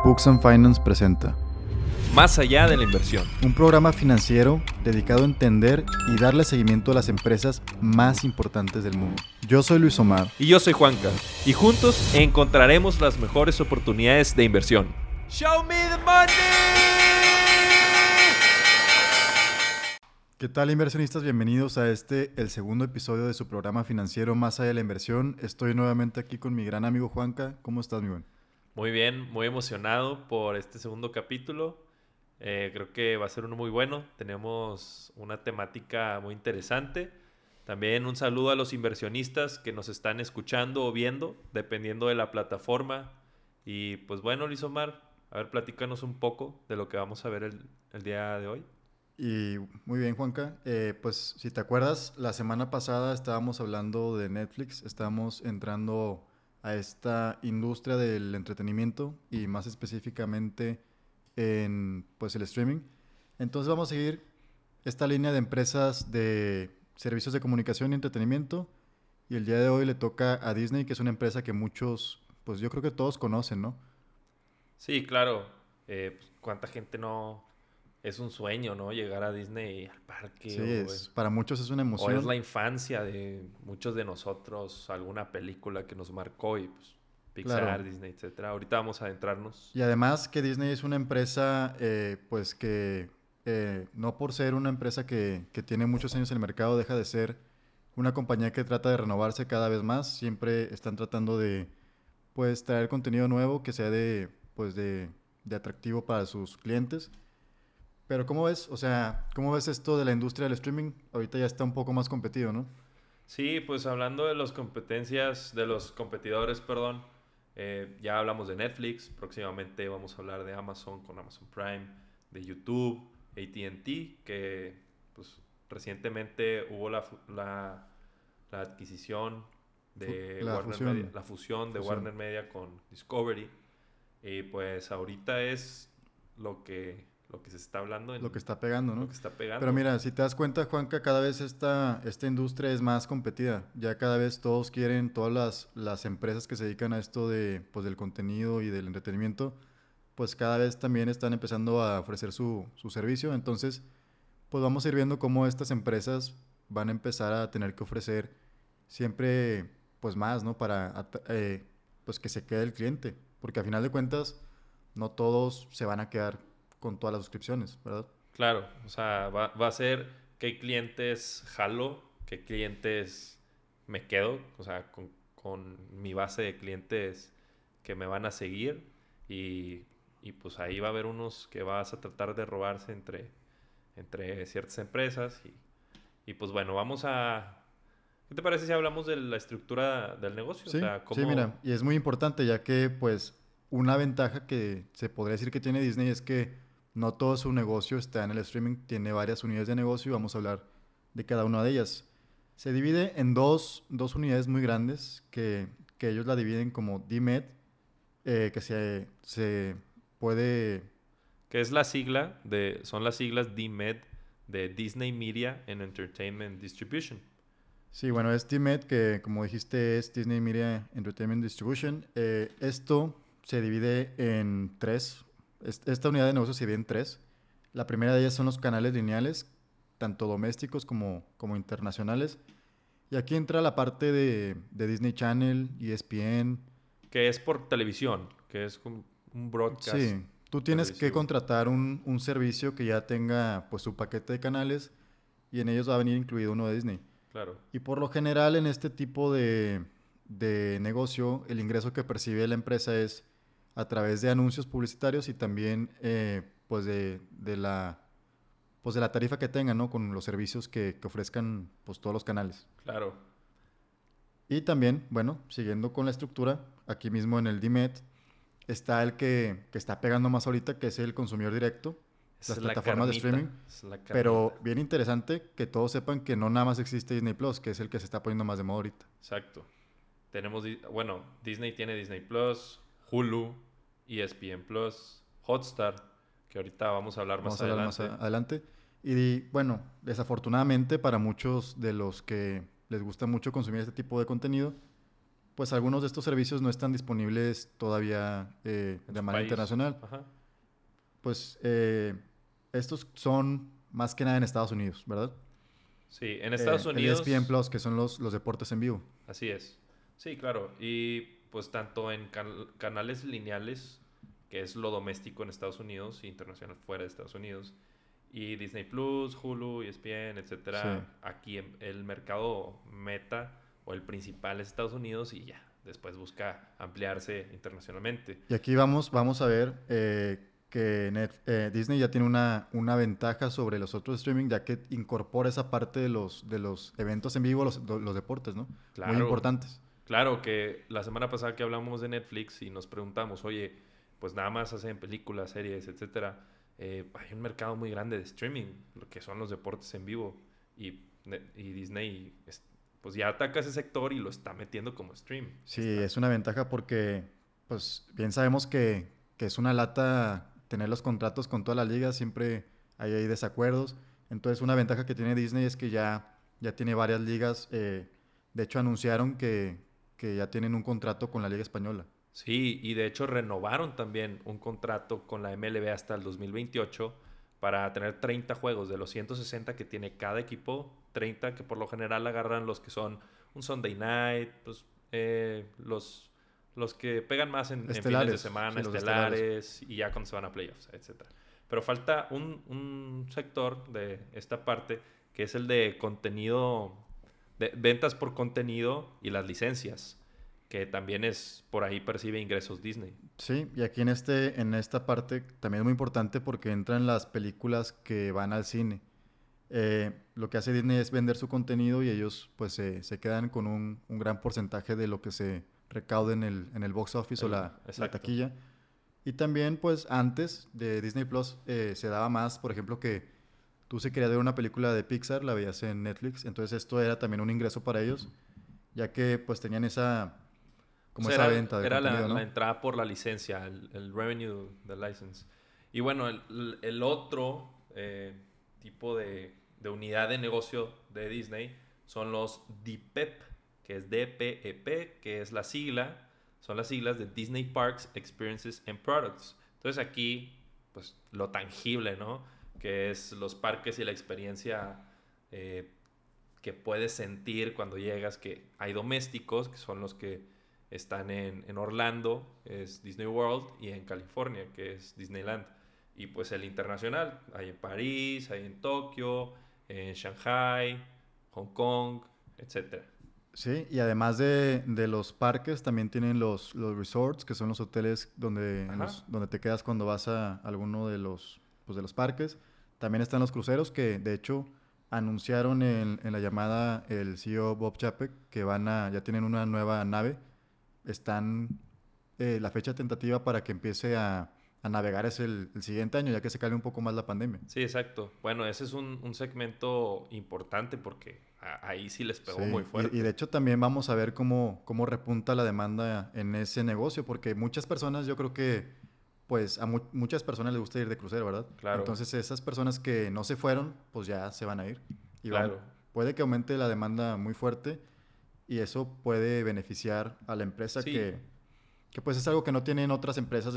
Books and Finance presenta Más allá de la inversión. un programa financiero dedicado a entender y darle seguimiento a las empresas más importantes del mundo. Yo soy Luis Omar. Y yo soy Juanca. Y juntos encontraremos las mejores oportunidades de inversión. ¡Show me the money! ¿Qué tal, inversionistas? Bienvenidos a el segundo episodio de su programa financiero Más allá de la inversión. Estoy nuevamente aquí con mi gran amigo Juanca. ¿Cómo estás, mi buen? Muy bien, muy emocionado por este segundo capítulo. Creo que va a ser uno muy bueno. Tenemos una temática muy interesante. También un saludo a los inversionistas que nos están escuchando o viendo, dependiendo de la plataforma. Y pues bueno, Luis Omar, a ver, platícanos un poco de lo que vamos a ver el día de hoy. Y muy bien, Juanca. Pues si te acuerdas, la semana pasada estábamos hablando de Netflix, estábamos entrando a esta industria del entretenimiento y más específicamente en pues el streaming. Entonces vamos a seguir esta línea de empresas de servicios de comunicación y entretenimiento y el día de hoy le toca a Disney, que es una empresa que muchos, pues yo creo que todos conocen, ¿no? Sí, claro. Pues, ¿cuánta gente no? Es un sueño, ¿no? Llegar a Disney al parque Sí, para muchos es una o es emoción. la infancia de muchos de nosotros, alguna película que nos marcó y pues Claro. Pixar, Disney, etcétera. Ahorita vamos a adentrarnos. Y además que Disney es una empresa, pues que no por ser una empresa que tiene muchos años en el mercado, deja de ser una compañía que trata de renovarse cada vez más. Siempre están tratando de, pues, traer contenido nuevo que sea de, pues, de atractivo para sus clientes. Pero ¿cómo ves? O sea, ¿cómo ves esto de la industria del streaming? Ahorita ya está un poco más competido, ¿no? Sí, pues hablando de las competencias, de los competidores, perdón, ya hablamos de Netflix, próximamente vamos a hablar de Amazon con Amazon Prime, de YouTube, AT&T, que pues recientemente hubo la adquisición de La Warner Media, fusión. la fusión de Fusión. Warner Media con Discovery. Y pues ahorita es lo que se está hablando Lo que está pegando, lo ¿no? que está Pero pegando. mira, si te das cuenta, Juanca, cada vez esta industria es más competida. Ya cada vez todos quieren, todas las empresas que se dedican a esto de, pues, del contenido y del entretenimiento, pues cada vez también están empezando a ofrecer su servicio. Entonces, pues vamos a ir viendo cómo estas empresas van a empezar a tener que ofrecer siempre, pues más, ¿no? Pues que se quede el cliente. Porque a final de cuentas, no todos se van a quedar con todas las suscripciones, ¿verdad? Claro, o sea, va a ser qué clientes jalo, qué clientes me quedo, o sea, con mi base de clientes que me van a seguir y, y pues ahí va a haber unos que vas a tratar de robarse entre ciertas empresas y pues bueno, ¿qué te parece si hablamos de la estructura del negocio? O Sí, sea, sí, cómo. mira, y es muy importante ya que pues una ventaja que se podría decir que tiene Disney es que no todo su negocio está en el streaming, tiene varias unidades de negocio y vamos a hablar de cada una de ellas. Se divide en dos unidades muy grandes que ellos la dividen como DMED, que se puede. Que son las siglas DMED de Disney Media and Entertainment Distribution. Sí, bueno, es DMED, que como dijiste es Disney Media Entertainment Distribution. Esto se divide en tres. Esta unidad de negocio se divide en tres. La primera de ellas son los canales lineales, tanto domésticos como internacionales. Y aquí entra la parte de Disney Channel, ESPN. Que es por televisión, que es como un broadcast Sí, tú tienes que televisivo. contratar un servicio que ya tenga pues su paquete de canales y en ellos va a venir incluido uno de Disney. Claro, Y por lo general en este tipo de negocio, el ingreso que percibe la empresa es a través de anuncios publicitarios y también pues de la tarifa que tengan, ¿no? Con los servicios que ofrezcan pues todos los canales. claro. Y también, bueno, siguiendo con la estructura, aquí mismo en el DMED está el que está pegando más ahorita, que es el consumidor directo, Esa las es la plataformas de carnita. streaming. Es la carnita. Pero bien interesante que todos sepan que no nada más existe Disney Plus, que es el que se está poniendo más de moda ahorita. Exacto. Bueno, Disney tiene Disney Plus, Hulu, ESPN Plus, Hotstar, que ahorita vamos a hablar más Vamos a hablar más adelante. adelante. Y bueno, desafortunadamente para muchos de los que les gusta mucho consumir este tipo de contenido, pues algunos de estos servicios no están disponibles todavía en de su manera país. internacional. Ajá. Pues estos son más que nada en Estados Unidos, ¿verdad? Sí, en Estados El ESPN Unidos, Plus, que son los deportes en vivo. así es. Sí, claro. Y pues tanto en canales lineales, que es lo doméstico en Estados Unidos, e internacional fuera de Estados Unidos, y Disney Plus, Hulu, ESPN, Sí. etcétera. Aquí el mercado meta o el principal es Estados Unidos y ya, después busca ampliarse internacionalmente. Y aquí vamos a ver que Disney ya tiene una ventaja sobre los otros streaming, ya que incorpora esa parte de los eventos en vivo, los deportes, ¿no? Muy Claro, importantes. claro que la semana pasada que hablamos de Netflix y nos preguntamos, oye, pues nada más hacen películas, series, etcétera. Hay un mercado muy grande de streaming, lo que son los deportes en vivo. Y, y Disney pues ya ataca ese sector y lo está metiendo como stream. Sí, es una ventaja porque, pues, bien sabemos que es una lata tener los contratos con todas las ligas, siempre hay desacuerdos. Entonces, una ventaja que tiene Disney es que ya tiene varias ligas. De hecho, anunciaron que ya tienen un contrato con la Liga Española. Sí, y de hecho renovaron también un contrato con la MLB hasta el 2028 para tener 30 juegos de los 160 que tiene cada equipo, 30 que por lo general agarran los que son un Sunday night, pues, los que pegan más en fines de Estelares, semana, sí, los estelares. estelares y ya cuando se van a playoffs, etcétera. Pero falta un sector de esta parte que es el de contenido, de ventas por contenido y las licencias que también es por ahí percibe ingresos Disney. Sí, y aquí en esta parte también es muy importante porque entran las películas que van al cine. Lo que hace Disney es vender su contenido y ellos pues se quedan con un gran porcentaje de lo que se recaude en el box office o la Exacto. taquilla. Y también pues antes de Disney Plus se daba más, por ejemplo, que tú si querías ver una película de Pixar, la veías en Netflix, entonces esto era también un ingreso para ellos, ya que pues tenían O como sea, esa venta de era contenido, la ¿no? entrada por la licencia, el revenue de license. Y bueno, el otro tipo de unidad de negocio de Disney son los DPEP, que es DPEP, que es la sigla, son las siglas de Disney Parks, Experiences and Products. Entonces aquí, pues lo tangible, ¿no? Que es los parques y la experiencia eh, que puedes sentir cuando llegas, que hay domésticos, que son los que están en Orlando, es Disney World, y en California, que es Disneyland. Y pues el internacional, hay en París, hay en Tokio, en Shanghai, Hong Kong, etcétera. Sí, y además de los parques, también tienen los resorts, que son los hoteles Ajá. donde te quedas cuando vas a alguno pues, de los parques. También están los cruceros, que de hecho anunciaron en la llamada el CEO Bob Chapek que ya tienen una nueva nave. Están, la fecha tentativa para que empiece a navegar es el siguiente año, ya que se calme un poco más la pandemia. Sí, exacto. Bueno, ese es un segmento importante porque ahí sí les pegó muy Sí, y de fuerte. hecho también vamos a ver cómo repunta la demanda en ese negocio, porque muchas personas, yo creo que, pues a muchas personas les gusta ir de crucero, ¿verdad? Claro, Entonces esas personas que no se fueron, pues ya se van a ir. Y claro. puede que aumente la demanda muy fuerte y eso puede beneficiar a la empresa Sí, que pues es algo que no tienen otras empresas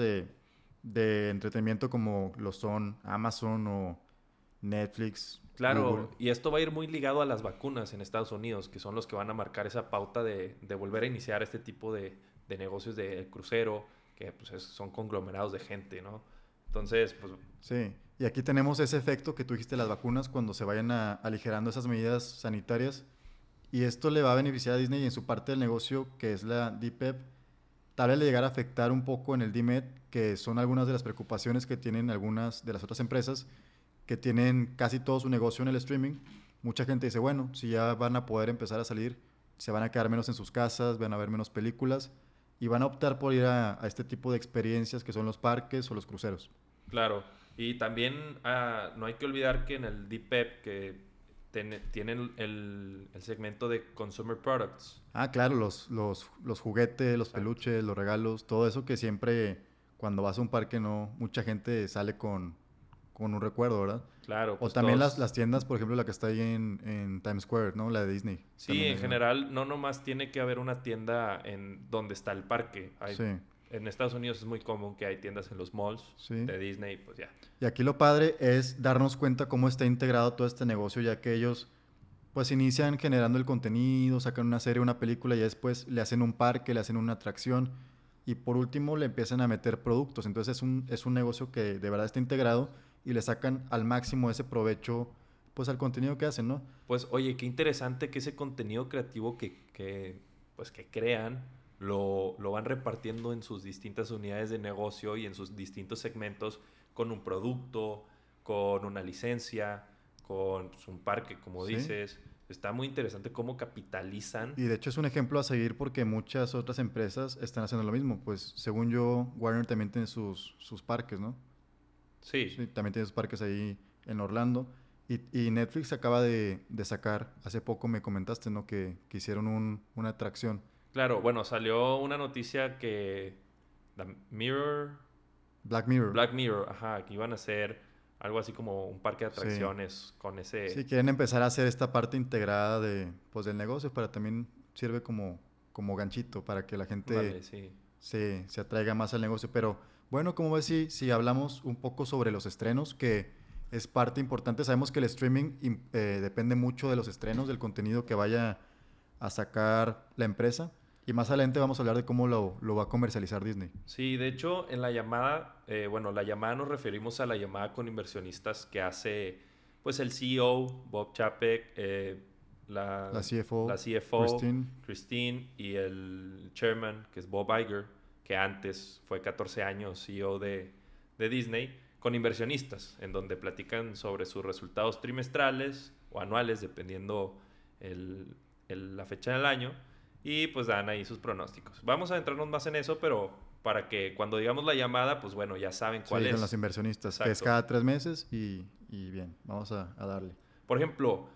de entretenimiento como lo son Amazon o Netflix, Google. claro, y esto va a ir muy ligado a las vacunas en Estados Unidos, que son los que van a marcar esa pauta de volver a iniciar este tipo de negocios de crucero, que pues son conglomerados de gente, ¿no? Entonces, pues Sí, y aquí tenemos ese efecto que tú dijiste, las vacunas, cuando se vayan aligerando esas medidas sanitarias. Y esto le va a beneficiar a Disney en su parte del negocio, que es la DPEP. Tal vez le llegara a afectar un poco en el DMED, que son algunas de las preocupaciones que tienen algunas de las otras empresas, que tienen casi todo su negocio en el streaming. Mucha gente dice, bueno, si ya van a poder empezar a salir, se van a quedar menos en sus casas, van a ver menos películas y van a optar por ir a este tipo de experiencias que son los parques o los cruceros. claro. Y también no hay que olvidar que en el DPEP que tienen el segmento de Consumer Products. Ah, claro, los juguetes, los Exacto. peluches, los regalos, todo eso que siempre cuando vas a un parque no mucha gente sale con un recuerdo, ¿verdad? Claro, O pues también todos. las tiendas, por ejemplo, la que está ahí en Times Square, ¿no? La de Disney. Sí, También en hay una. general, no nomás tiene que haber una tienda en donde está el parque. Sí, En Estados Unidos es muy común que hay tiendas en los malls sí. de Disney, pues ya. Y aquí lo padre es darnos cuenta cómo está integrado todo este negocio, ya que ellos pues inician generando el contenido, sacan una serie, una película y después le hacen un parque, le hacen una atracción y por último le empiezan a meter productos. Entonces es un negocio que de verdad está integrado y le sacan al máximo ese provecho pues al contenido que hacen, ¿no? Pues oye, qué interesante que ese contenido creativo pues, que crean lo van repartiendo en sus distintas unidades de negocio y en sus distintos segmentos con un producto, con una licencia, con pues, un parque, como Sí. dices. Está muy interesante cómo capitalizan. Y de hecho es un ejemplo a seguir porque muchas otras empresas están haciendo lo mismo. Pues según yo, Warner también tiene sus parques, ¿no? Sí, Sí, también tiene sus parques ahí en Orlando. Y Netflix acaba de sacar, hace poco me comentaste, ¿no? Que hicieron una atracción. claro. Bueno, salió una noticia que The Mirror, Black Mirror. Black Mirror, ajá, que iban a hacer algo así como un parque de Sí. atracciones con Sí, ese... quieren empezar a hacer esta parte integrada pues, del negocio, para también sirve como ganchito para que la gente Vale, sí. se atraiga más al negocio. Pero bueno, como ves, si hablamos un poco sobre los estrenos, que es parte importante, sabemos que el streaming depende mucho de los estrenos, del contenido que vaya a sacar la empresa. Y más adelante vamos a hablar de cómo lo va a comercializar Disney. Sí, de hecho, en la llamada, bueno, la llamada nos referimos a la llamada con inversionistas que hace, pues, el CEO, Bob Chapek, La la, CFO, la CFO, Christine. Christine, y el chairman, que es Bob Iger, que antes fue 14 años CEO de Disney, con inversionistas, en donde platican sobre sus resultados trimestrales o anuales, dependiendo el- la fecha del año y pues dan ahí sus pronósticos. Vamos a entrarnos más en eso, pero para que cuando digamos la llamada, pues bueno, ya saben cuál Sí, con los es. inversionistas, que es Exacto. cada 3 meses y bien, vamos a darle. Por ejemplo,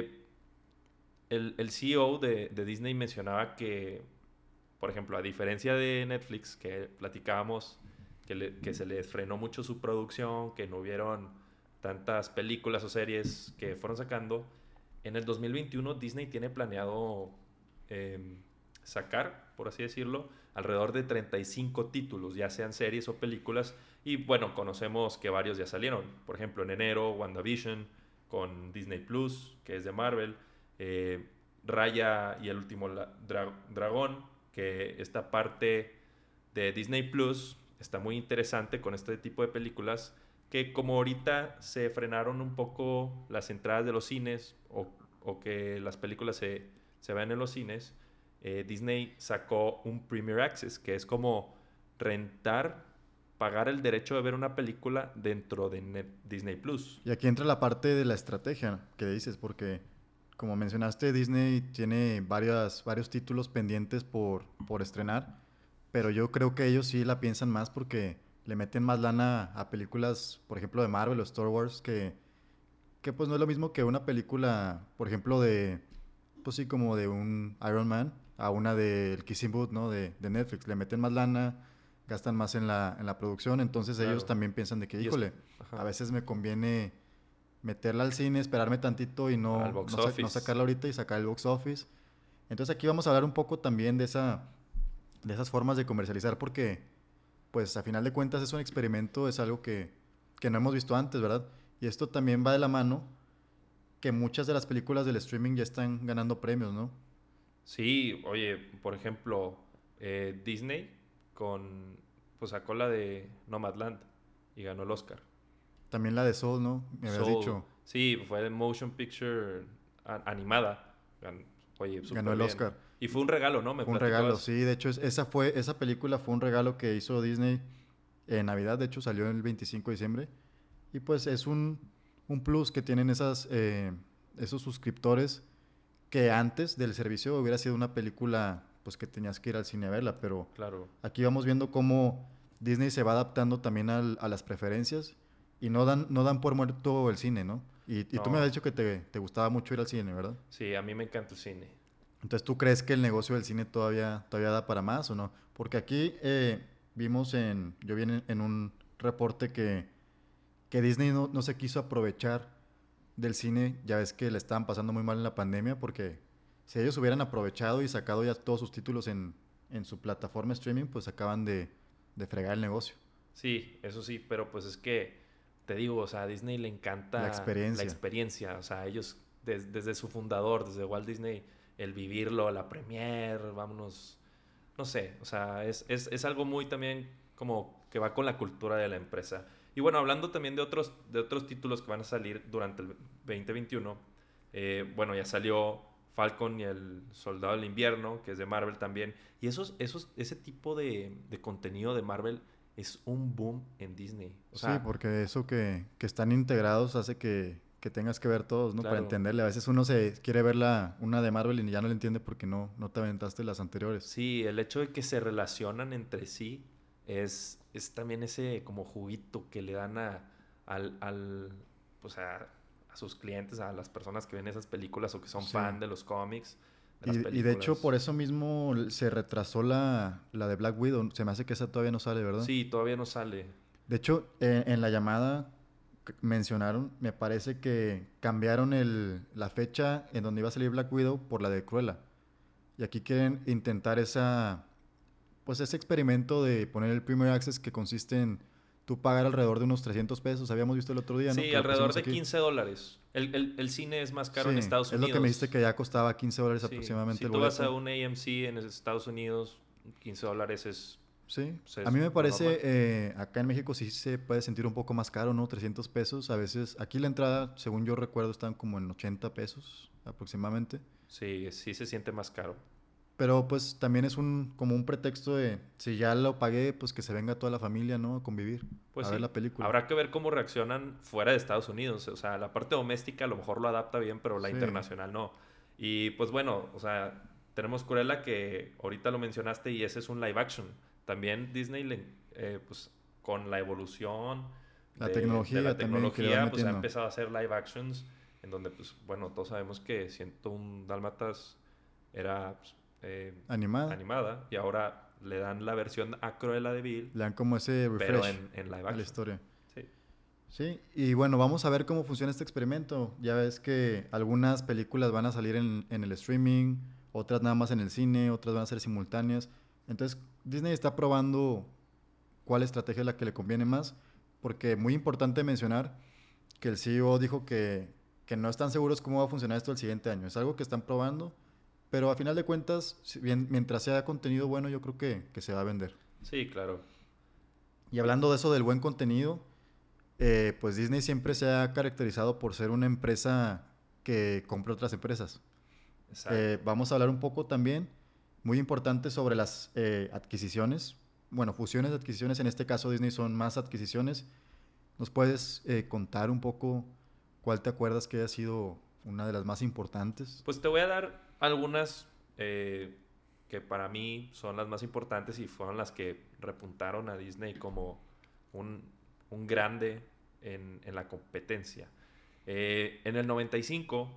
el CEO de Disney mencionaba que, por ejemplo, a diferencia de Netflix, que platicábamos que se les frenó mucho su producción, que no hubieron tantas películas o series que fueron sacando, en el 2021 Disney tiene planeado eh, sacar, por así decirlo, alrededor de 35 títulos, ya sean series o películas. Y bueno, conocemos que varios ya salieron. Por ejemplo, en enero, WandaVision con Disney Plus, que es de Marvel. eh, Raya y el último dragón, que esta parte de Disney Plus está muy interesante con este tipo de películas que como ahorita se frenaron un poco las entradas de los cines o que las películas se ven en los cines, Disney sacó un Premier Access, que es como rentar, pagar el derecho de ver una película dentro de Disney Plus. Y aquí entra la parte de la estrategia que dices, porque como mencionaste, Disney tiene varios títulos pendientes por estrenar, pero yo creo que ellos sí la piensan más porque le meten más lana a películas, por ejemplo, de Marvel o Star Wars, que pues no es lo mismo que una película, por ejemplo, pues sí, como de un Iron Man a una del Kissing Booth, ¿no? De Netflix. Le meten más lana, gastan más en la producción, entonces ellos Claro. también piensan de que, Y es, híjole, a ajá, veces me conviene meterla al cine, esperarme tantito y al no, box no office. sacarla ahorita y sacar el box office. Entonces aquí vamos a hablar un poco también de esas formas de comercializar porque, pues a final de cuentas es un experimento, es algo que no hemos visto antes, ¿verdad? Y esto también va de la mano que muchas de las películas del streaming ya están ganando premios, ¿no? Sí, oye, por ejemplo, Disney pues sacó la de Nomadland y ganó el Oscar. También la de Soul, ¿no? Me habías Soul, dicho, sí, fue motion picture animada. Oye, ganó súper el bien. Oscar. Y fue un regalo, ¿no? Me Fue un regalo, platicabas. sí, de hecho esa película fue un regalo que hizo Disney en Navidad, de hecho salió el 25 de diciembre. Y pues es un plus que tienen esos suscriptores que antes del servicio hubiera sido una película pues que tenías que ir al cine a verla, pero Claro. aquí vamos viendo cómo Disney se va adaptando también a las preferencias y no dan por muerto el cine, ¿no? Y tú me No, has dicho que te gustaba mucho ir al cine, ¿verdad? sí, a mí me encanta el cine. Entonces, ¿tú crees que el negocio del cine todavía da para más o no? Porque aquí yo vi en un reporte que Disney no se quiso aprovechar del cine. Ya ves que le estaban pasando muy mal en la pandemia porque si ellos hubieran aprovechado y sacado ya todos sus títulos en su plataforma streaming, pues acaban de fregar el negocio. Sí, eso sí, pero pues es que, te digo, o sea, a Disney le La encanta la experiencia. experiencia, o sea, ellos desde su fundador, desde Walt Disney, el vivirlo, la premiere, vámonos, no sé, o sea, es algo muy también como que va con la cultura de la empresa. Y bueno, hablando también de otros títulos que van a salir durante el 2021, bueno, ya salió Falcon y el Soldado del Invierno, que es de Marvel también. Y ese tipo de contenido de Marvel es un boom en Disney. O Sí, sea, porque eso que están integrados hace que tengas que ver todos, ¿no? Para claro, entenderle. A veces uno se quiere ver una de Marvel y ya no le entiende porque no te aventaste las anteriores. sí, el hecho de que se relacionan entre sí es también ese como juguito que le dan al pues a sus clientes, a las personas que ven esas películas o que son Sí. fan de los cómics, de las Y de hecho, por películas. eso mismo se retrasó la de Black Widow. Se me hace que esa todavía no sale, ¿verdad? Sí, todavía no sale. De hecho, en la llamada mencionaron, me parece que cambiaron la fecha en donde iba a salir Black Widow por la de Cruella. Y aquí quieren intentar pues ese experimento de poner el Premier Access que consiste en tú pagar alrededor de unos 300 pesos. Habíamos visto el otro día, ¿no? Sí, Que lo alrededor pusimos de aquí. $15. El cine es más caro en Sí, Estados es lo que me dijiste Unidos. que ya costaba $15 Sí, aproximadamente si el tú vas a boleto. un AMC en Estados Unidos, $15 Sí, pues, a es mí me lo parece, normal. acá en México sí se puede sentir un poco más caro, ¿no? 300 pesos. A veces, aquí la entrada, según yo recuerdo, están como en 80 pesos aproximadamente. Sí, sí se siente más caro. Pero pues también es como un pretexto de, si ya lo pagué, pues que se venga toda la familia, ¿no? A convivir, Pues a ver sí, la película. habrá que ver cómo reaccionan fuera de Estados Unidos. O sea, la parte doméstica a lo mejor lo adapta bien, pero la Sí, internacional no. Y pues bueno, o sea, tenemos Cruella que ahorita lo mencionaste y ese es un live action. También Disney, pues con la evolución la de la tecnología también que le van tecnología, pues ha metiendo. empezado a hacer live actions en donde, pues bueno, todos sabemos que 101 Dálmatas era pues, Animada, animada y ahora le dan la versión a Cruella de Vil, le dan como ese pero refresh en live a la action. historia. Sí. Sí, y bueno, vamos a ver cómo funciona este experimento. Ya ves que algunas películas van a salir en el streaming, otras nada más en el cine, otras van a ser simultáneas. Entonces, Disney está probando cuál estrategia es la que le conviene más, porque muy importante mencionar que el CEO dijo que no están seguros cómo va a funcionar esto el siguiente año. Es algo que están probando, pero a final de cuentas, si bien, mientras sea contenido bueno, yo creo que se va a vender. Sí, claro. Y Y- hablando de eso del buen contenido, pues Disney siempre se ha caracterizado por ser una empresa que compra otras empresas. exacto. Vamos a hablar un poco también, muy importante, sobre las adquisiciones. Bueno, fusiones de adquisiciones, en este caso Disney son más adquisiciones. ¿Nos puedes contar un poco cuál te acuerdas que haya sido una de las más importantes? Pues te voy a dar algunas que para mí son las más importantes y fueron las que repuntaron a Disney como un, un grande en la competencia. En el 95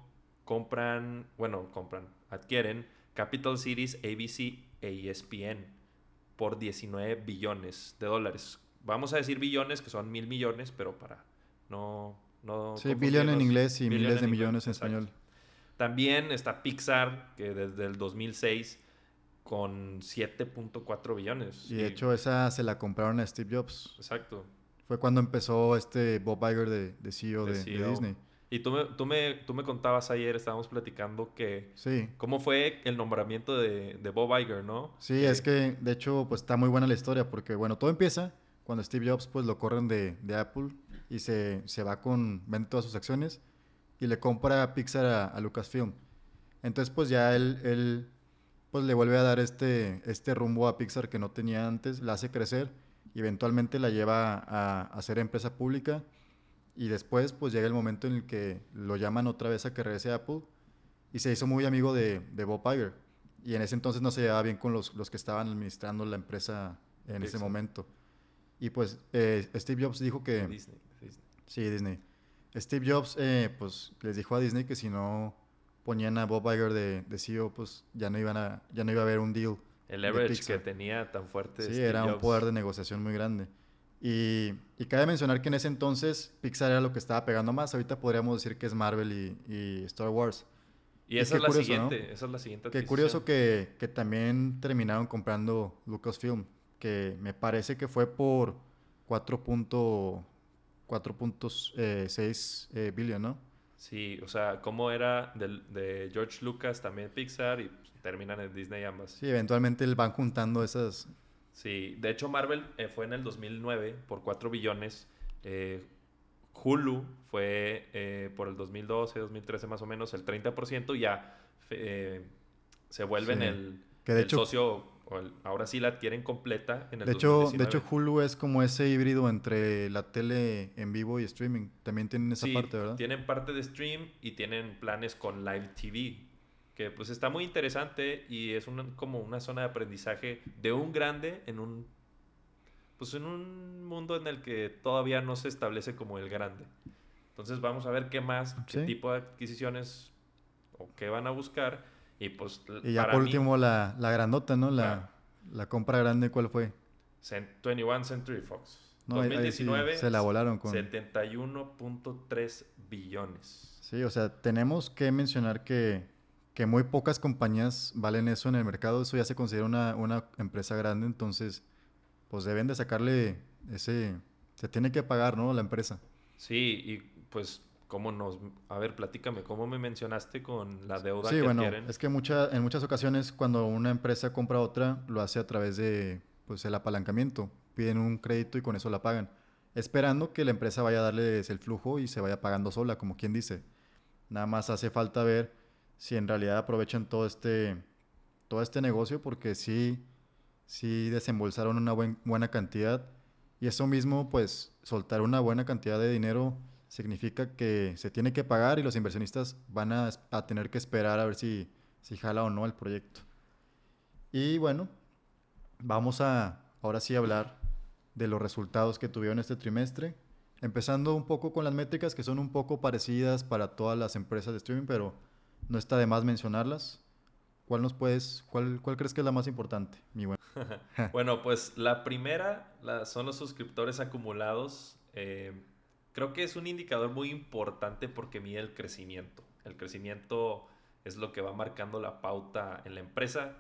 adquieren Capital Cities, ABC e ESPN por $19 billones. Vamos a decir billones, que son 1,000 millones, pero para no Sí, billion en confundirnos, inglés y billion miles en de inglés, millones en exacto. español. También está Pixar, que desde el 2006 con 7,4 billones. Y de Y, hecho esa se la compraron a Steve Jobs. exacto, Fue cuando empezó este Bob Iger de CEO de de CEO. Disney. Y tú me contabas ayer, estábamos platicando que Sí, cómo fue el nombramiento de Bob Iger, ¿no? sí, es que de hecho pues está muy buena la historia porque bueno, todo empieza cuando Steve Jobs pues lo corren de Apple y se va vende todas sus acciones y le compra Pixar a Lucasfilm. Entonces pues ya él pues le vuelve a dar este rumbo a Pixar que no tenía antes, la hace crecer y eventualmente la lleva a ser empresa pública y después pues llega el momento en el que lo llaman otra vez a que regrese a Apple y se hizo muy amigo de Bob Iger. Y en ese entonces no se llevaba bien con los que estaban administrando la empresa en ese Pixar, momento. Y pues Steve Jobs dijo de que, Disney. sí, Disney. Steve Jobs pues les dijo a Disney que si no ponían a Bob Iger de CEO, pues ya no iba a haber un deal El de leverage que Pixar. tenía tan fuerte Sí, Steve era un poder Jobs. de negociación muy grande. Y cabe mencionar que en ese entonces Pixar era lo que estaba pegando más. Ahorita podríamos decir que es Marvel y Star Wars. Y Y esa es qué la curioso, ¿no? siguiente, esa es la siguiente Qué adquisición. curioso que también terminaron comprando Lucasfilm, que me parece que fue por 4.6 billion, ¿no? Sí, o sea, cómo era de George Lucas, también Pixar, y pues, terminan en Disney ambas. Sí, eventualmente van juntando esas. Sí, de hecho Marvel fue en el 2009 por 4 billones. eh, Hulu fue por el 2012, 2013 más o menos, el 30%, y ya eh, se Sí. vuelven Que de el hecho, socio, ahora sí la adquieren completa en el de hecho 2019. Hulu es como ese híbrido entre la tele en vivo y streaming. También tienen esa parte, Sí, ¿verdad? tienen parte de stream y tienen planes con live TV, que pues está muy interesante y es como una zona de aprendizaje de un grande en pues en un mundo en el que todavía no se establece como el grande. Entonces vamos a ver qué más, qué Sí. tipo de adquisiciones o qué van a buscar. Y pues Y ya para por mí, último la grandota, ¿no? claro, La compra grande, ¿cuál fue? 21 Century Fox. No, ahí sí 2019, se la volaron con. 71.3 billones. Sí, o sea, tenemos que mencionar que muy pocas compañías valen eso en el mercado. Eso ya se considera una empresa grande, entonces, pues deben de sacarle ese. Se tiene que pagar, ¿no? La empresa. Sí, y pues, ¿cómo nos... A ver, platícame, ¿cómo me mencionaste con la deuda Sí, que bueno, adquieren? es que en muchas ocasiones cuando una empresa compra a otra, lo hace a través de, pues, el apalancamiento. Piden un crédito y con eso la pagan, esperando que la empresa vaya a darles el flujo y se vaya pagando sola, como quien dice. Nada más hace falta ver si en realidad aprovechan todo este negocio, porque sí desembolsaron una buena cantidad. Y eso mismo, pues soltar una buena cantidad de dinero significa que se tiene que pagar y los inversionistas van a tener que esperar a ver si jala o no el proyecto. Y bueno, vamos a ahora sí hablar de los resultados que tuvieron este trimestre. Empezando un poco con las métricas que son un poco parecidas para todas las empresas de streaming, pero no está de más mencionarlas. ¿Cuál crees que es la más importante, mi buen? Bueno, pues la primera son los suscriptores acumulados. Creo que es un indicador muy importante porque mide el crecimiento. El crecimiento es lo que va marcando la pauta en la empresa,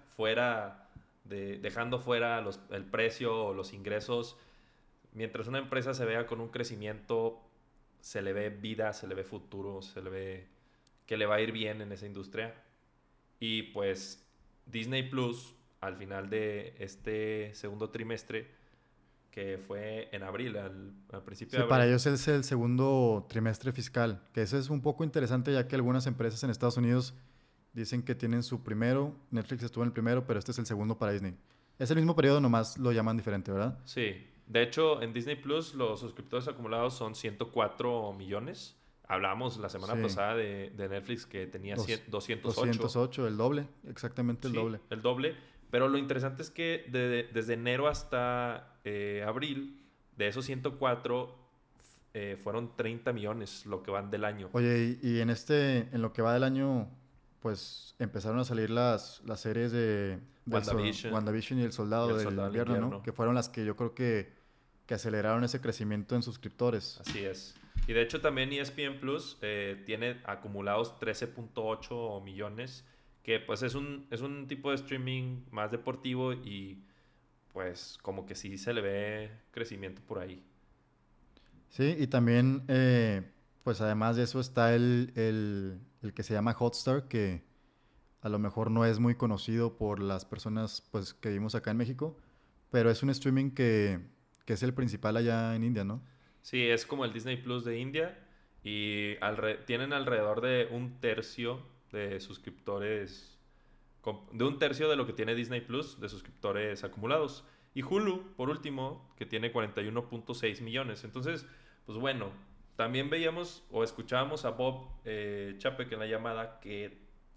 dejando fuera el precio o los ingresos. Mientras una empresa se vea con un crecimiento, se le ve vida, se le ve futuro, se le ve que le va a ir bien en esa industria. Y pues Disney Plus, al final de este segundo trimestre, que fue en abril, al principio Sí, de para abril. ellos es el segundo trimestre fiscal, que eso es un poco interesante ya que algunas empresas en Estados Unidos dicen que tienen su primero, Netflix estuvo en el primero, pero este es el segundo para Disney. Es el mismo periodo, nomás lo llaman diferente, ¿verdad? Sí, de hecho en Disney Plus los suscriptores acumulados son 104 millones. Hablamos la semana Sí, pasada de Netflix que tenía dos, 208. 208, el doble, exactamente el Sí, doble. el doble. Pero lo interesante es que desde enero hasta abril, de esos 104, fueron 30 millones lo que van del año. Oye, y en lo que va del año, pues empezaron a salir las series WandaVision WandaVision y El y Soldado El del Soldado del Invierno, ¿no? Invierno. Que fueron las que yo creo que aceleraron ese crecimiento en suscriptores. Así es. Y de hecho también ESPN Plus tiene acumulados 13.8 millones, que pues es un tipo de streaming más deportivo y pues como que sí se le ve crecimiento por ahí. Sí, y también, pues además de eso está el que se llama Hotstar, que a lo mejor no es muy conocido por las personas pues, que vivimos acá en México, pero es un streaming que es el principal allá en India, ¿no? Sí, es como el Disney Plus de India y tienen alrededor de un tercio de suscriptores, de un tercio de lo que tiene Disney Plus de suscriptores acumulados. Y Hulu, por último, que tiene 41.6 millones. Entonces, pues bueno, también veíamos o escuchábamos a Bob Chapek en la llamada que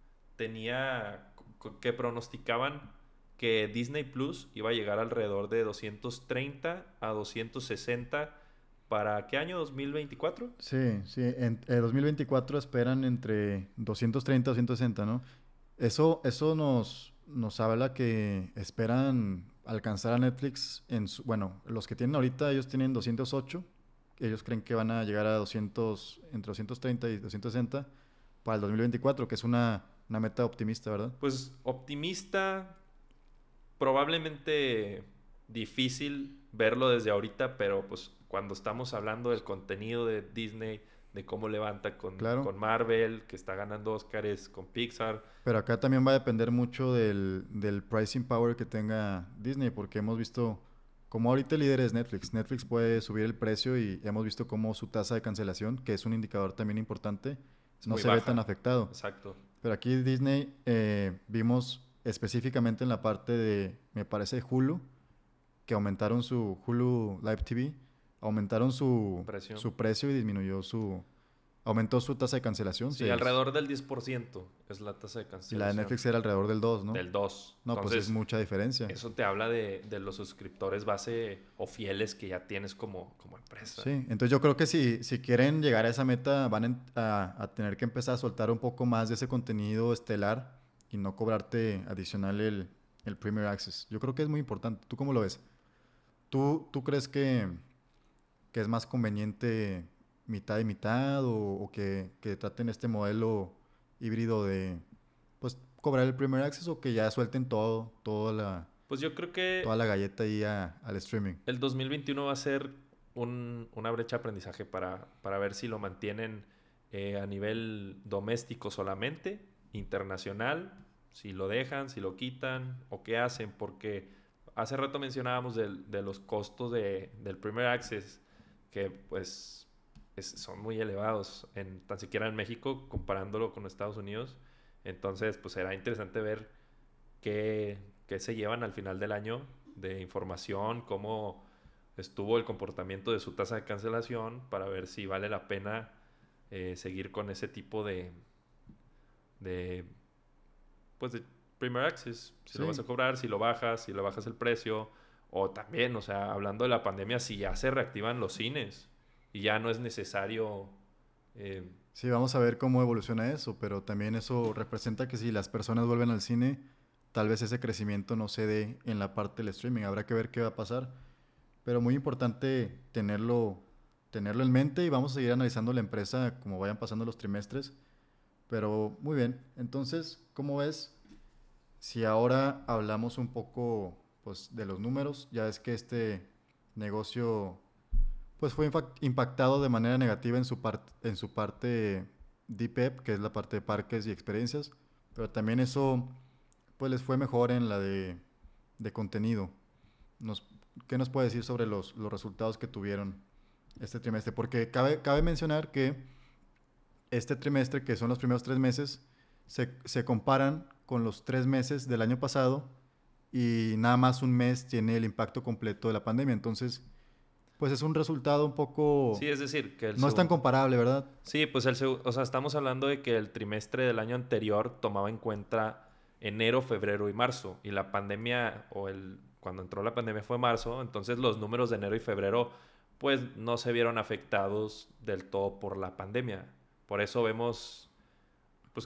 que pronosticaban que Disney Plus iba a llegar alrededor de 230 a 260 ¿para qué año? ¿2024? Sí, sí, en 2024 esperan entre 230 y 260, ¿no? Eso nos habla que esperan alcanzar a Netflix bueno, los que tienen ahorita, ellos tienen 208. Ellos creen que van a llegar a 200, entre 230 y 260 para el 2024, que es una meta optimista, ¿verdad? Pues optimista, probablemente difícil verlo desde ahorita, pero pues cuando estamos hablando del contenido de Disney, de cómo levanta Claro. con Marvel, que está ganando Oscars con Pixar. Pero acá también va a depender mucho del pricing power que tenga Disney, porque hemos visto, como ahorita el líder es Netflix, Netflix puede subir el precio y hemos visto cómo su tasa de cancelación, que es un indicador también importante, Es no muy se ve tan baja. afectado. Exacto. Pero aquí Disney vimos específicamente en la parte de, me parece, Hulu, que aumentaron su Hulu Live TV, aumentaron Precio. su precio y aumentó su tasa de cancelación. Sí, alrededor del 10% es la tasa de Y la de cancelación. Netflix era alrededor del 2, ¿no? Del 2. No, pues es Entonces, mucha diferencia. eso te habla de los suscriptores base o fieles que ya tienes como empresa. Sí, entonces yo creo que si quieren llegar a esa meta a tener que empezar a soltar un poco más de ese contenido estelar y no cobrarte adicional el Premier Access. Yo creo que es muy importante. ¿Tú cómo lo ves? ¿Tú crees que es más conveniente mitad y mitad o que traten este modelo híbrido de pues cobrar el Premier Access o que ya suelten Pues yo creo toda que la galleta ahí al streaming? el 2021 va a ser una brecha de aprendizaje para ver si lo mantienen a nivel doméstico solamente, internacional, si lo dejan, si lo quitan o qué hacen, porque hace rato mencionábamos de los costos del Premier Access, que pues son muy elevados, tan siquiera en México, comparándolo con Estados Unidos. Entonces, pues será interesante ver qué, qué se llevan al final del año de información, cómo estuvo el comportamiento de su tasa de cancelación para ver si vale la pena seguir con ese tipo de, pues de Premier Access. Si lo vas a Sí, cobrar, si lo bajas el precio. O también, o sea, hablando de la pandemia, si ya se reactivan los cines y ya no es necesario. eh, sí, vamos a ver cómo evoluciona eso, pero también eso representa que si las personas vuelven al cine, tal vez ese crecimiento no se dé en la parte del streaming. Habrá que ver qué va a pasar, pero muy importante tenerlo en mente y vamos a seguir analizando la empresa como vayan pasando los trimestres. Pero muy bien, entonces, ¿cómo ves? Si ahora hablamos un poco pues, de los números, ya es que este negocio pues fue impactado de manera negativa en su parte DPEP, que es la parte de parques y experiencias, pero también eso pues les fue mejor en la de contenido. Nos, ¿Qué nos puede decir sobre los resultados que tuvieron este trimestre? Porque cabe mencionar que este trimestre, que son los primeros 3 meses, se comparan con los 3 meses del año pasado y nada más un mes tiene el impacto completo de la pandemia. Entonces, pues es un resultado un sí, poco... es decir, que No es tan comparable, ¿verdad? sí, pues o sea, estamos hablando de que el trimestre del año anterior tomaba en cuenta enero, febrero y marzo. Y la pandemia, cuando entró la pandemia fue marzo, entonces los números de enero y febrero, pues no se vieron afectados del todo por la pandemia. Por eso vemos, pues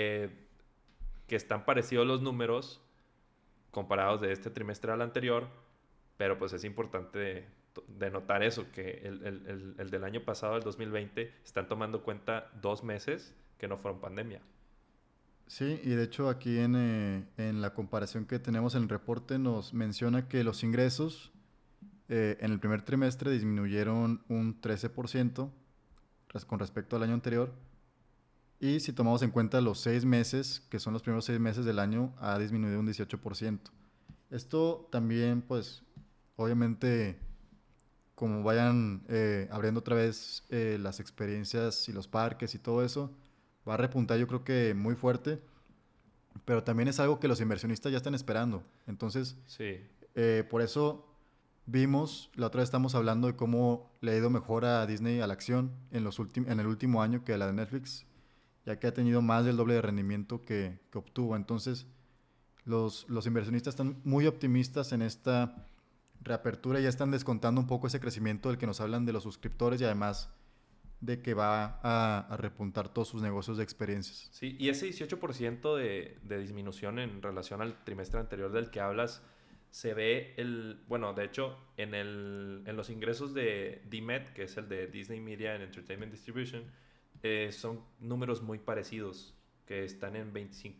que están parecidos los números comparados de este trimestre al anterior, pero pues es importante de notar eso, que el del año pasado, el 2020, están tomando cuenta 2 meses que no fueron pandemia. Sí, y de hecho aquí en la comparación que tenemos en el reporte nos menciona que los ingresos en el primer trimestre disminuyeron un 13% con respecto al año anterior. Y si tomamos en cuenta los 6 meses, que son los primeros 6 meses del año, ha disminuido un 18%. Esto también, pues, obviamente, como vayan abriendo otra vez las experiencias y los parques y todo eso, va a repuntar yo creo que muy fuerte, pero también es algo que los inversionistas ya están esperando. Entonces, Sí, por eso vimos, la otra vez estamos hablando de cómo le ha ido mejor a Disney a la acción en el último año que a la de Netflix, ya que ha tenido más del doble de rendimiento que obtuvo. Entonces, los inversionistas están muy optimistas en esta reapertura, ya están descontando un poco ese crecimiento del que nos hablan de los suscriptores y además de que va a repuntar todos sus negocios de experiencias. sí, y ese 18% de disminución en relación al trimestre anterior del que hablas, se ve bueno, de hecho, en los ingresos de DMED, que es el de Disney Media and Entertainment Distribution, son números muy parecidos, que están en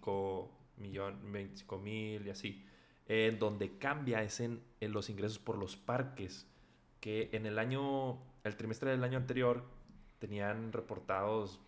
25 mil y así. En donde cambia es en los ingresos por los parques, que en el trimestre del año anterior tenían reportados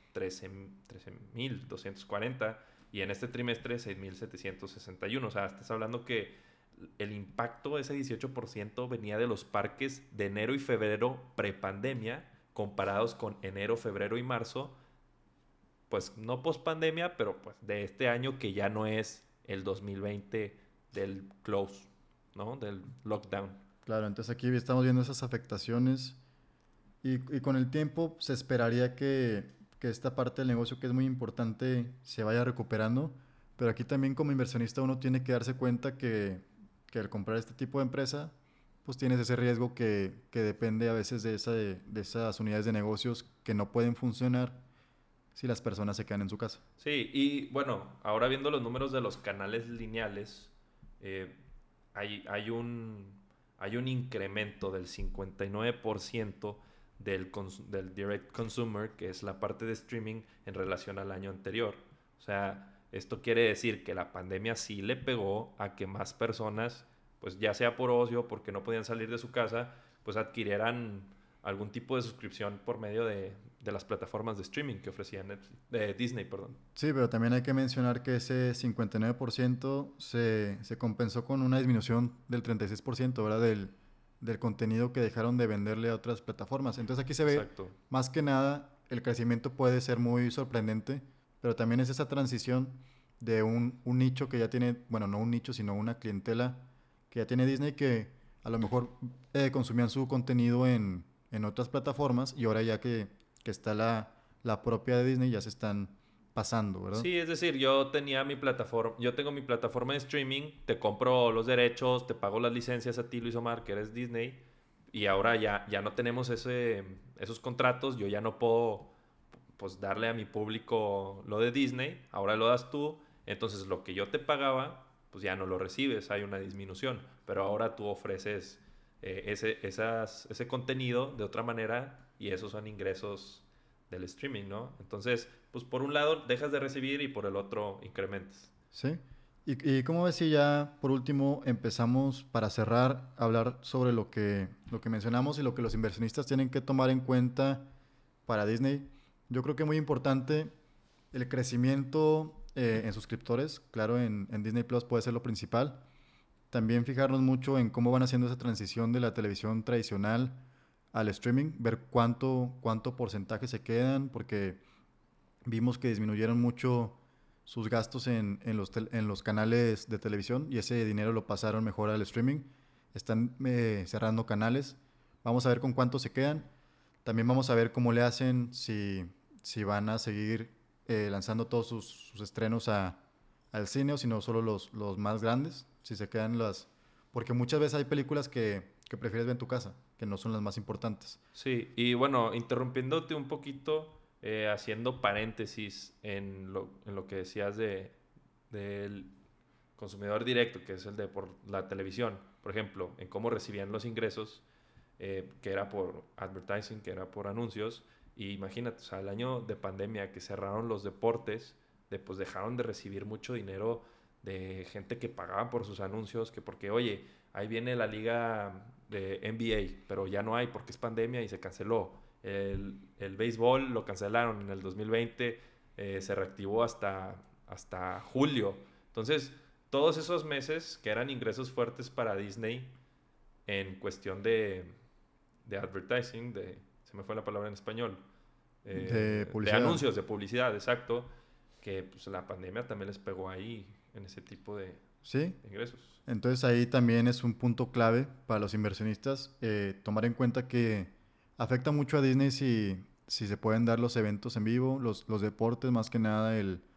13.240 y en este trimestre 6.761. O sea, estás hablando que el impacto de ese 18% venía de los parques de enero y febrero prepandemia comparados con enero, febrero y marzo, pues no post pandemia, pero pues de este año que ya no es el 2020 del close, ¿no? Del lockdown. Claro, entonces aquí estamos viendo esas afectaciones y con el tiempo se esperaría que esta parte del negocio que es muy importante se vaya recuperando, pero aquí también como inversionista uno tiene que darse cuenta que al comprar este tipo de empresa, pues tienes ese riesgo que depende a veces de esas unidades de negocios que no pueden funcionar si las personas se quedan en su casa. Sí, y bueno, ahora viendo los números de los canales lineales, eh, hay hay un incremento del 59% del direct consumer, que es la parte de streaming, en relación al año anterior. O sea, esto quiere decir que la pandemia sí le pegó a que más personas, pues ya sea por ocio, porque no podían salir de su casa, pues adquirieran algún tipo de suscripción por medio de las plataformas de streaming que ofrecía de Disney, perdón. Sí, pero también hay que mencionar que ese 59% se compensó con una disminución del 36%, ¿verdad? Del contenido que dejaron de venderle a otras plataformas. Entonces aquí se ve, Exacto. más que nada, el crecimiento puede ser muy sorprendente, pero también es esa transición de un nicho que ya tiene, bueno, no un nicho, sino una clientela que ya tiene Disney que a lo mejor consumían su contenido en otras plataformas y ahora ya que está la propia de Disney ya se están pasando, ¿verdad? Sí, es decir, yo tenía mi plataforma, yo tengo mi plataforma de streaming, te compro los derechos, te pago las licencias a ti, Luis Omar, que eres Disney, y ahora ya no tenemos esos contratos, yo ya no puedo pues darle a mi público lo de Disney, ahora lo das tú, entonces lo que yo te pagaba, pues ya no lo recibes, hay una disminución, pero ahora tú ofreces ese contenido de otra manera y esos son ingresos del streaming, ¿no? Entonces, pues por un lado dejas de recibir y por el otro incrementas. Sí. Y como ves si ya por último empezamos para cerrar a hablar sobre lo que mencionamos y lo que los inversionistas tienen que tomar en cuenta para Disney. Yo creo que muy importante el crecimiento en suscriptores, claro, en Disney Plus puede ser lo principal. También fijarnos mucho en cómo van haciendo esa transición de la televisión tradicional al streaming, ver cuánto porcentaje se quedan, porque vimos que disminuyeron mucho sus gastos en los canales de televisión y ese dinero lo pasaron mejor al streaming. Están cerrando canales. Vamos a ver con cuánto se quedan. También vamos a ver cómo le hacen si van a seguir lanzando todos sus estrenos al cine o si no solo los más grandes. Si se quedan las... Porque muchas veces hay películas que prefieres ver en tu casa, que no son las más importantes. Sí, y bueno, interrumpiéndote un poquito, haciendo paréntesis en lo que decías del consumidor directo, que es el de por la televisión, por ejemplo, en cómo recibían los ingresos, que era por advertising, que era por anuncios, y imagínate, o sea, el año de pandemia que cerraron los deportes, pues dejaron de recibir mucho dinero de gente que pagaban por sus anuncios, que porque, oye, ahí viene la liga de NBA, pero ya no hay porque es pandemia y se canceló. El béisbol lo cancelaron en el 2020, se reactivó hasta julio. Entonces, todos esos meses que eran ingresos fuertes para Disney en cuestión de advertising, se me fue la palabra en español, De de publicidad. anuncios, de publicidad, exacto, que pues la pandemia también les pegó ahí en ese tipo ¿Sí? de ingresos. Entonces ahí también es un punto clave para los inversionistas tomar en cuenta que afecta mucho a Disney si se pueden dar los eventos en vivo, los deportes, más que nada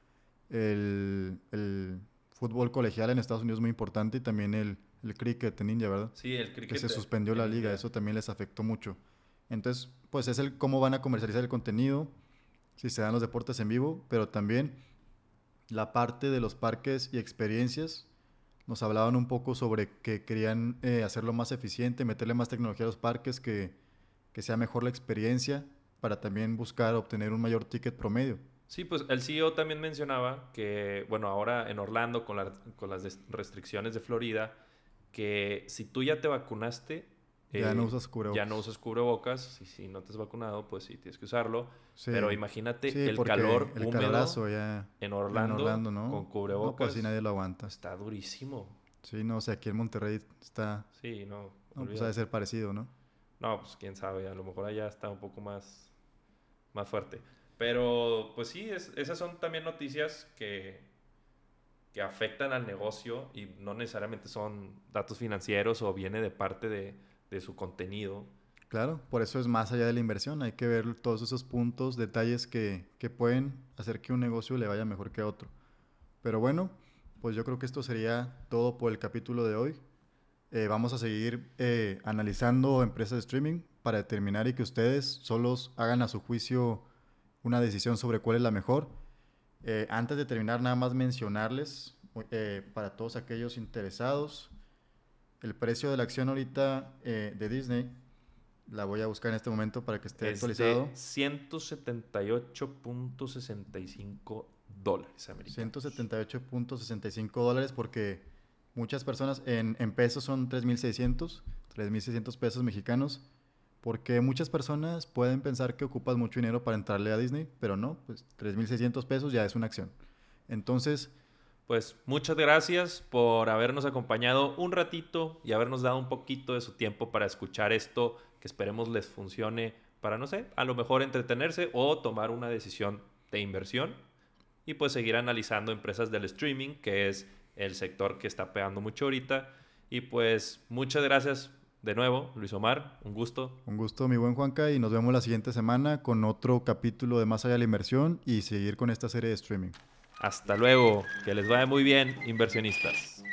el fútbol colegial en Estados Unidos es muy importante y también el cricket en India, ¿verdad? Sí, el Que se cricket suspendió la en liga, India. eso también les afectó mucho. Entonces, pues es el cómo van a comercializar el contenido, si se dan los deportes en vivo, pero también la parte de los parques y experiencias nos hablaban un poco sobre que querían hacerlo más eficiente, meterle más tecnología a los parques, que sea mejor la experiencia para también buscar obtener un mayor ticket promedio. Sí, pues el CEO también mencionaba que, bueno, ahora en Orlando con las restricciones de Florida, que si tú ya te vacunaste, Ya no usas ya no cubrebocas. usas cubrebocas. Y si no te has vacunado, pues sí tienes que usarlo. Pero Sí, imagínate sí, el porque calor el húmedo calorazo ya en en Orlando Orlando, con ¿no? No, pues sí, cubrebocas. nadie lo aguanta. Está durísimo. Sí, no, o sea, aquí en Monterrey está, Sí, no, no, pues ha de olvídalo. ser parecido, ¿no? No, pues quién sabe, a lo mejor allá está un poco más fuerte. Pero pues sí, esas son también noticias que afectan al negocio y no necesariamente son datos financieros o viene de parte de su contenido. Claro, por eso es más allá de la inversión. Hay que ver todos esos puntos, detalles que pueden hacer que un negocio le vaya mejor que a otro. Pero bueno, pues yo creo que esto sería todo por el capítulo de hoy. Vamos a seguir analizando empresas de streaming para determinar y que ustedes solos hagan a su juicio una decisión sobre cuál es la mejor. Antes de terminar, nada más mencionarles para todos aquellos interesados, el precio de la acción ahorita de Disney, la voy a buscar en este momento para que esté Es actualizado. de $178.65 americanos. $178.65 porque muchas personas en pesos son 3,600 pesos mexicanos, porque muchas personas pueden pensar que ocupas mucho dinero para entrarle a Disney, pero no, pues 3,600 pesos ya es una acción. Entonces, Pues muchas gracias por habernos acompañado un ratito y habernos dado un poquito de su tiempo para escuchar esto, que esperemos les funcione para, no sé, a lo mejor entretenerse o tomar una decisión de inversión y pues seguir analizando empresas del streaming, que es el sector que está pegando mucho ahorita. Y pues muchas gracias de nuevo, Luis Omar, un gusto. un gusto, mi buen Juanca, y nos vemos la siguiente semana con otro capítulo de Más allá de la inversión y seguir con esta serie de streaming. Hasta luego, que les vaya muy bien, inversionistas.